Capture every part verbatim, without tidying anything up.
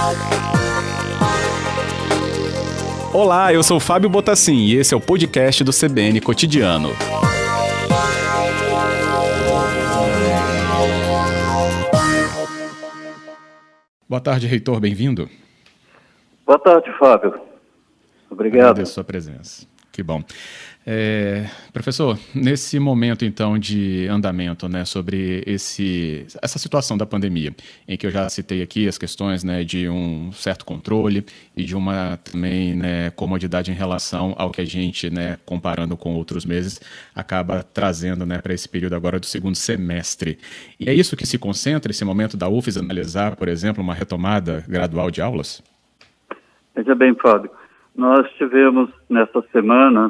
Olá, eu sou Fábio Botassin e esse é o podcast do C B N Cotidiano. Boa tarde, reitor, bem-vindo. Boa tarde, Fábio. Obrigado. Agradeço a sua presença. Que bom. É, professor, nesse momento, então, de andamento, né, sobre esse, essa situação da pandemia, em que eu já citei aqui as questões, né, de um certo controle e de uma também, né, comodidade em relação ao que a gente, né, comparando com outros meses, acaba trazendo, né, para esse período agora do segundo semestre. E é isso que se concentra, esse momento da U F E S, analisar, por exemplo, uma retomada gradual de aulas? Veja bem, Fábio, nós tivemos nessa semana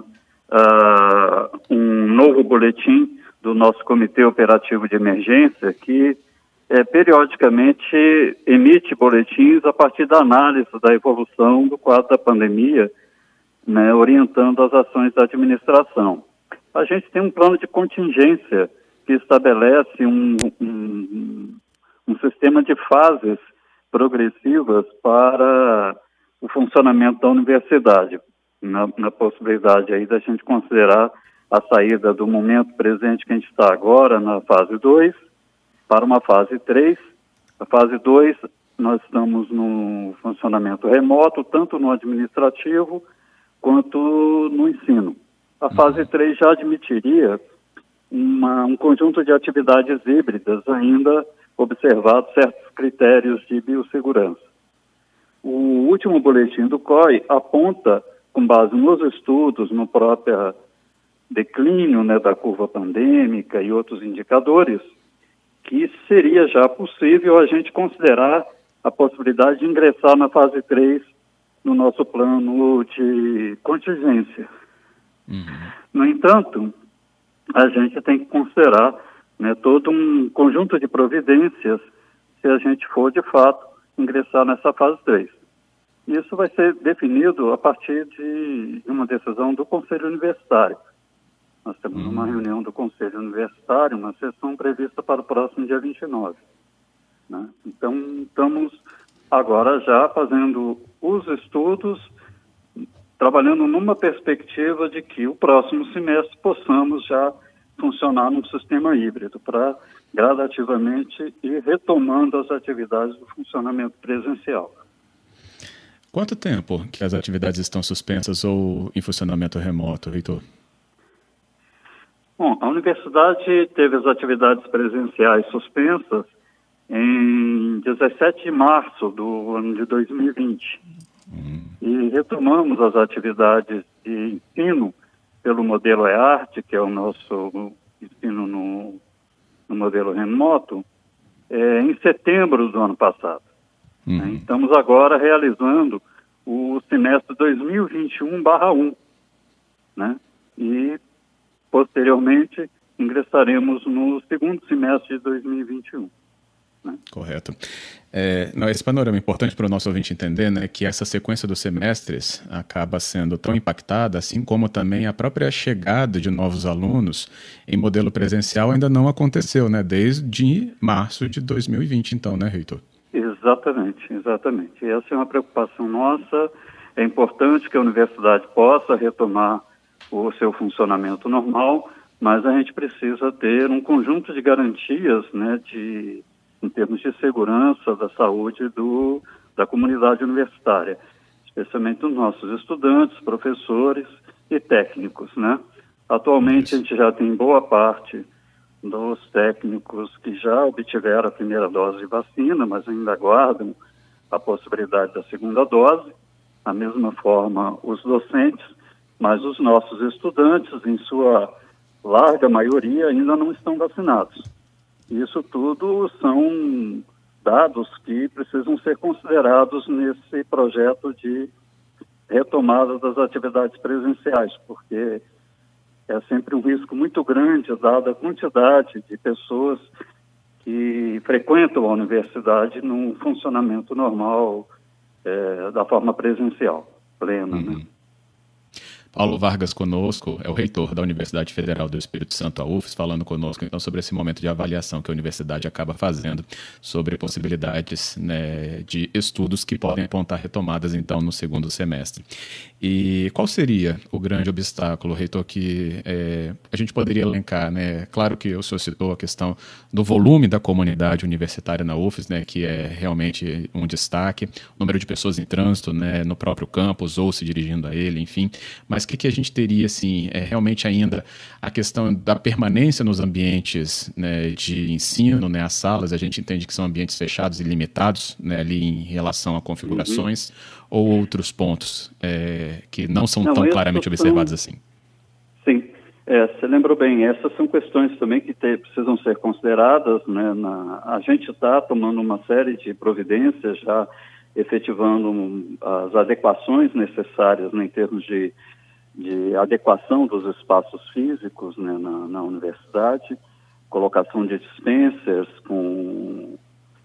uh, um novo boletim do nosso Comitê Operativo de Emergência que eh, periodicamente emite boletins a partir da análise da evolução do quadro da pandemia, né, orientando as ações da administração. A gente tem um plano de contingência que estabelece um, um, um sistema de fases progressivas para o funcionamento da universidade, na, na possibilidade aí da gente considerar a saída do momento presente que a gente está agora, na fase dois, para uma fase três. A fase dois, nós estamos no funcionamento remoto, tanto no administrativo quanto no ensino. A fase três já admitiria uma, um conjunto de atividades híbridas, ainda observados certos critérios de biossegurança. O último boletim do C O I aponta, com base nos estudos, no próprio declínio, né, da curva pandêmica e outros indicadores, que seria já possível a gente considerar a possibilidade de ingressar na fase três no nosso plano de contingência. Uhum. No entanto, a gente tem que considerar, né, todo um conjunto de providências se a gente for, de fato, ingressar nessa fase três. Isso vai ser definido a partir de uma decisão do Conselho Universitário. Nós temos uma reunião do Conselho Universitário, uma sessão prevista para o próximo dia vinte e nove. Né? Então, estamos agora já fazendo os estudos, trabalhando numa perspectiva de que o próximo semestre possamos já funcionar num sistema híbrido, para gradativamente ir retomando as atividades do funcionamento presencial. Quanto tempo que as atividades estão suspensas ou em funcionamento remoto, reitor? Bom, a universidade teve as atividades presenciais suspensas em dezessete de março do ano de dois mil e vinte. Hum. E retomamos as atividades de ensino pelo modelo E A R T, que é o nosso ensino no, no modelo remoto, é, em setembro do ano passado. Uhum. Né? Estamos agora realizando o semestre dois mil e vinte e um barra um, né? E, posteriormente, ingressaremos no segundo semestre de dois mil e vinte e um. Né? Correto. É, não, esse panorama é importante para o nosso ouvinte entender, né, que essa sequência dos semestres acaba sendo tão impactada, assim como também a própria chegada de novos alunos em modelo presencial ainda não aconteceu, né, desde março de dois mil e vinte, então, né, reitor? Exatamente, exatamente. Essa é uma preocupação nossa. É importante que a universidade possa retomar o seu funcionamento normal, mas a gente precisa ter um conjunto de garantias, né, de em termos de segurança da saúde do, da comunidade universitária, especialmente dos nossos estudantes, professores e técnicos, né? Atualmente, a gente já tem boa parte dos técnicos que já obtiveram a primeira dose de vacina, mas ainda aguardam a possibilidade da segunda dose. Da mesma forma, os docentes, mas os nossos estudantes, em sua larga maioria, ainda não estão vacinados. Isso tudo são dados que precisam ser considerados nesse projeto de retomada das atividades presenciais, porque é sempre um risco muito grande, dada a quantidade de pessoas que frequentam a universidade num funcionamento normal, é, da forma presencial, plena, uhum. né? Paulo Vargas conosco, é o reitor da Universidade Federal do Espírito Santo, a U F S, falando conosco então sobre esse momento de avaliação que a universidade acaba fazendo sobre possibilidades, né, de estudos que podem apontar retomadas então no segundo semestre. E qual seria o grande obstáculo, reitor, que é, a gente poderia elencar, né? Claro que o senhor citou a questão do volume da comunidade universitária na U F S, né, que é realmente um destaque, o número de pessoas em trânsito, né, no próprio campus ou se dirigindo a ele, enfim. Mas o que, que a gente teria, assim, é realmente ainda a questão da permanência nos ambientes, né, de ensino, né, as salas, a gente entende que são ambientes fechados e limitados, né, ali em relação a configurações, uhum. ou outros pontos é, que não são não, tão claramente são... observados assim? Sim, é, você lembrou bem, essas são questões também que te, precisam ser consideradas, né, na, a gente está tomando uma série de providências, já efetivando as adequações necessárias, né, em termos de de adequação dos espaços físicos, né, na, na universidade, colocação de dispensers com,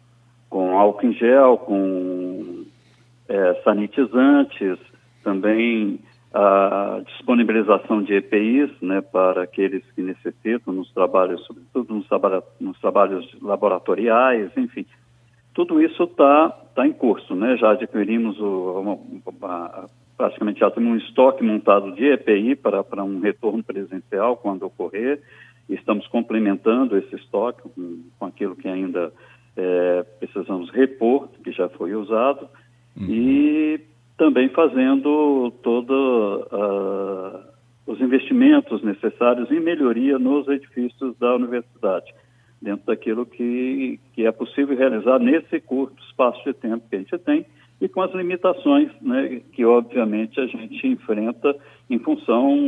com álcool em gel, com é, sanitizantes, também a disponibilização de E P Is, né, para aqueles que necessitam nos trabalhos, sobretudo nos, traba nos trabalhos laboratoriais, enfim. Tudo isso está tá em curso, né? Já adquirimos o, uma, uma, praticamente já temos um estoque montado de E P I para, para um retorno presencial quando ocorrer. Estamos complementando esse estoque com, com aquilo que ainda é, precisamos repor, que já foi usado, uhum. e também fazendo todos uh, os investimentos necessários em melhoria nos edifícios da universidade, dentro daquilo que, que é possível realizar nesse curto espaço de tempo que a gente tem e com as limitações, né, que obviamente a gente enfrenta em função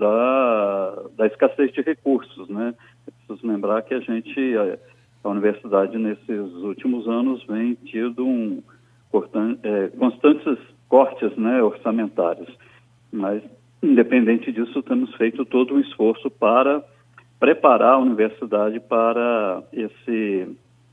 da, da escassez de recursos, né? É preciso lembrar que a gente, a, a universidade nesses últimos anos vem tido um, é, constantes cortes, né, orçamentários, mas independente disso temos feito todo um esforço para preparar a universidade para esse,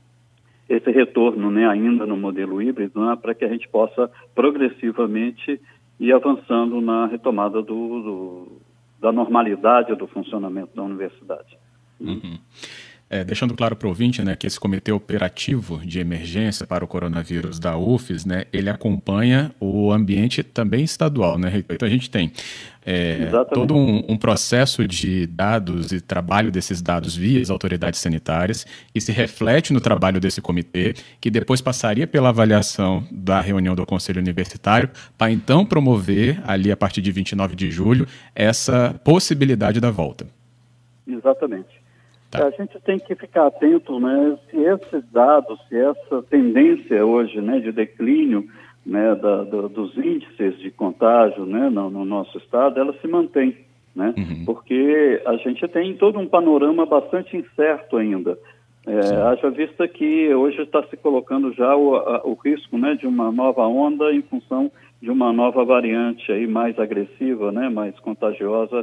esse retorno, né, ainda no modelo híbrido, né, para que a gente possa progressivamente ir avançando na retomada do, do, da normalidade do funcionamento da universidade. Uhum. É, deixando claro para o ouvinte, né, que esse comitê operativo de emergência para o coronavírus da U F S, né, ele acompanha o ambiente também estadual, né, reitor? Então a gente tem é, todo um, um processo de dados e trabalho desses dados via as autoridades sanitárias e se reflete no trabalho desse comitê, que depois passaria pela avaliação da reunião do Conselho Universitário para então promover, ali a partir de vinte e nove de julho, essa possibilidade da volta. Exatamente. Tá. A gente tem que ficar atento, né, se esses dados, se essa tendência hoje, né, de declínio, né, da, da, dos índices de contágio, né, no, no nosso estado, ela se mantém, né, uhum. porque a gente tem todo um panorama bastante incerto ainda. É, haja vista que hoje está se colocando já o, a, o risco, né, de uma nova onda em função de uma nova variante aí mais agressiva, né, mais contagiosa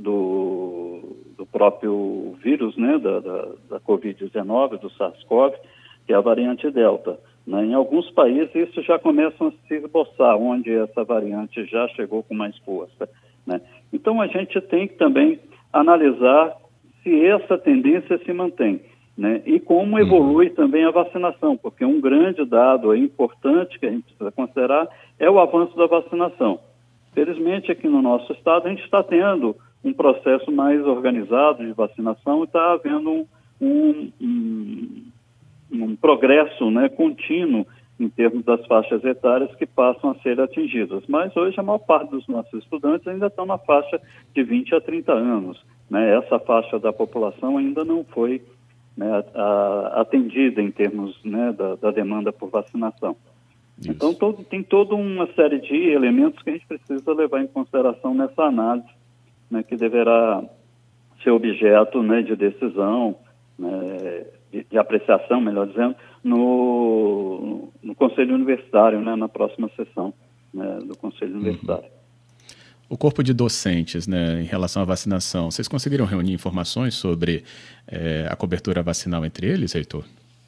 do, do próprio vírus, né, da, da, da covid dezenove, do SARS-CoV, que é a variante Delta. Né? Em alguns países isso já começa a se esboçar, onde essa variante já chegou com mais força. Né? Então a gente tem que também analisar se essa tendência se mantém, né? E como evolui também a vacinação, porque um grande dado aí importante que a gente precisa considerar é o avanço da vacinação. Felizmente aqui no nosso estado a gente está tendo um processo mais organizado de vacinação e está havendo um, um, um, um progresso, né, contínuo em termos das faixas etárias que passam a ser atingidas. Mas hoje a maior parte dos nossos estudantes ainda estão na faixa de vinte a trinta anos. Né? Essa faixa da população ainda não foi, né, a, a, atendida em termos, né, da, da demanda por vacinação. Isso. Então todo, tem toda uma série de elementos que a gente precisa levar em consideração nessa análise, né, que deverá ser objeto, né, de decisão, né, de, de apreciação, melhor dizendo, no, no Conselho Universitário, né, na próxima sessão, né, do Conselho uhum. Universitário. O corpo de docentes, né, em relação à vacinação, vocês conseguiram reunir informações sobre é, a cobertura vacinal entre eles, reitor?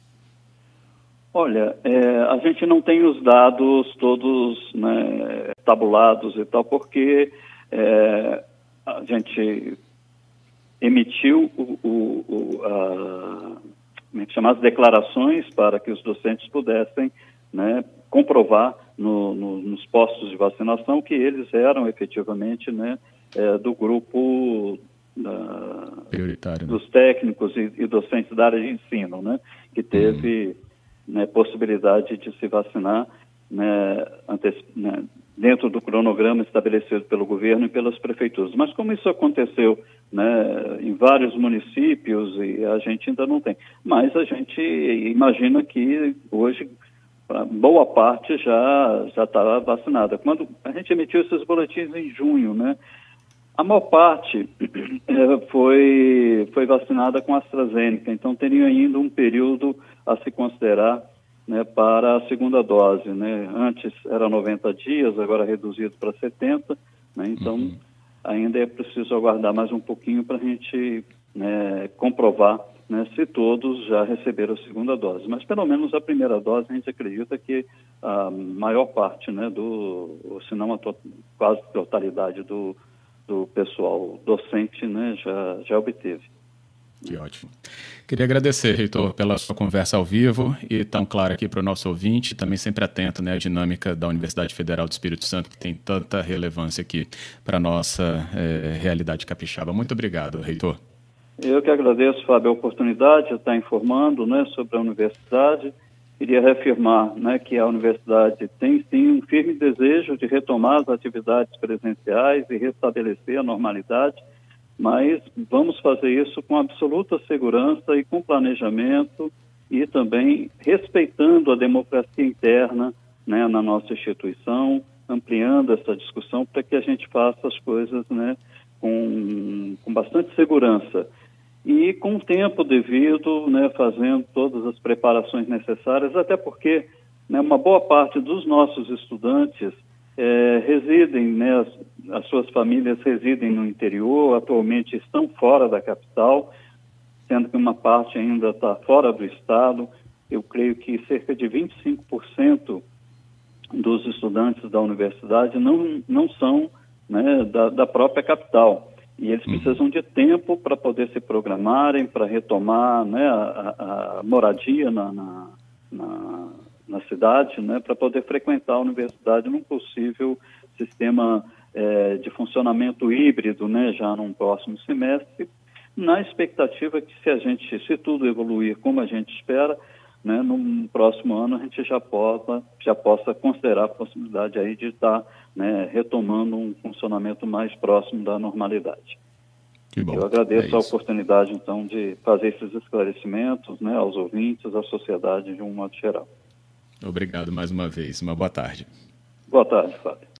Olha, é, a gente não tem os dados todos, né, tabulados e tal, porque é, a gente emitiu o, o, o, a, como é que chama, as declarações para que os docentes pudessem, né, comprovar no, no, nos postos de vacinação que eles eram efetivamente, né, é, do grupo da, prioritário, né? dos técnicos e, e docentes da área de ensino, né, que teve uhum. né, possibilidade de se vacinar, né, antes, né, dentro do cronograma estabelecido pelo governo e pelas prefeituras. Mas como isso aconteceu, né, em vários municípios, e a gente ainda não tem. Mas a gente imagina que hoje boa parte já já está vacinada. Quando a gente emitiu esses boletins em junho, né, a maior parte foi, foi vacinada com AstraZeneca, então teria ainda um período a se considerar, né, para a segunda dose, né? Antes era noventa dias, agora reduzido para setenta, né? Então uhum. ainda é preciso aguardar mais um pouquinho para a gente, né, comprovar, né, se todos já receberam a segunda dose. Mas pelo menos a primeira dose a gente acredita que a maior parte, né, do, se não a to- quase totalidade do, do pessoal docente, né, já, já obteve. Que ótimo. Queria agradecer, reitor, pela sua conversa ao vivo e tão claro aqui para o nosso ouvinte, também sempre atento, né, à dinâmica da Universidade Federal do Espírito Santo, que tem tanta relevância aqui para a nossa eh, realidade capixaba. Muito obrigado, reitor. Eu que agradeço, Fábio, a oportunidade de estar informando, né, sobre a universidade. Queria reafirmar, né, que a universidade tem, sim, um firme desejo de retomar as atividades presenciais e restabelecer a normalidade, mas vamos fazer isso com absoluta segurança e com planejamento e também respeitando a democracia interna, né, na nossa instituição, ampliando essa discussão para que a gente faça as coisas, né, com, com bastante segurança e com o tempo devido, né, fazendo todas as preparações necessárias, até porque, né, uma boa parte dos nossos estudantes é, residem, né, as, as suas famílias residem no interior, atualmente estão fora da capital, sendo que uma parte ainda está fora do estado. Eu creio que cerca de vinte e cinco por cento dos estudantes da universidade não, não são, né, da, da própria capital. E eles precisam de tempo para poder se programarem, para retomar, né, a, a moradia na, na, na, na cidade, né, para poder frequentar a universidade num possível sistema é, de funcionamento híbrido, né, já num próximo semestre, na expectativa que se a gente, se tudo evoluir como a gente espera, né, no próximo ano a gente já possa, já possa considerar a possibilidade aí de estar, né, retomando um funcionamento mais próximo da normalidade. Que bom. Eu agradeço é a oportunidade, então, de fazer esses esclarecimentos, né, aos ouvintes, à sociedade de um modo geral. Obrigado mais uma vez. Uma boa tarde. Boa tarde, Fábio.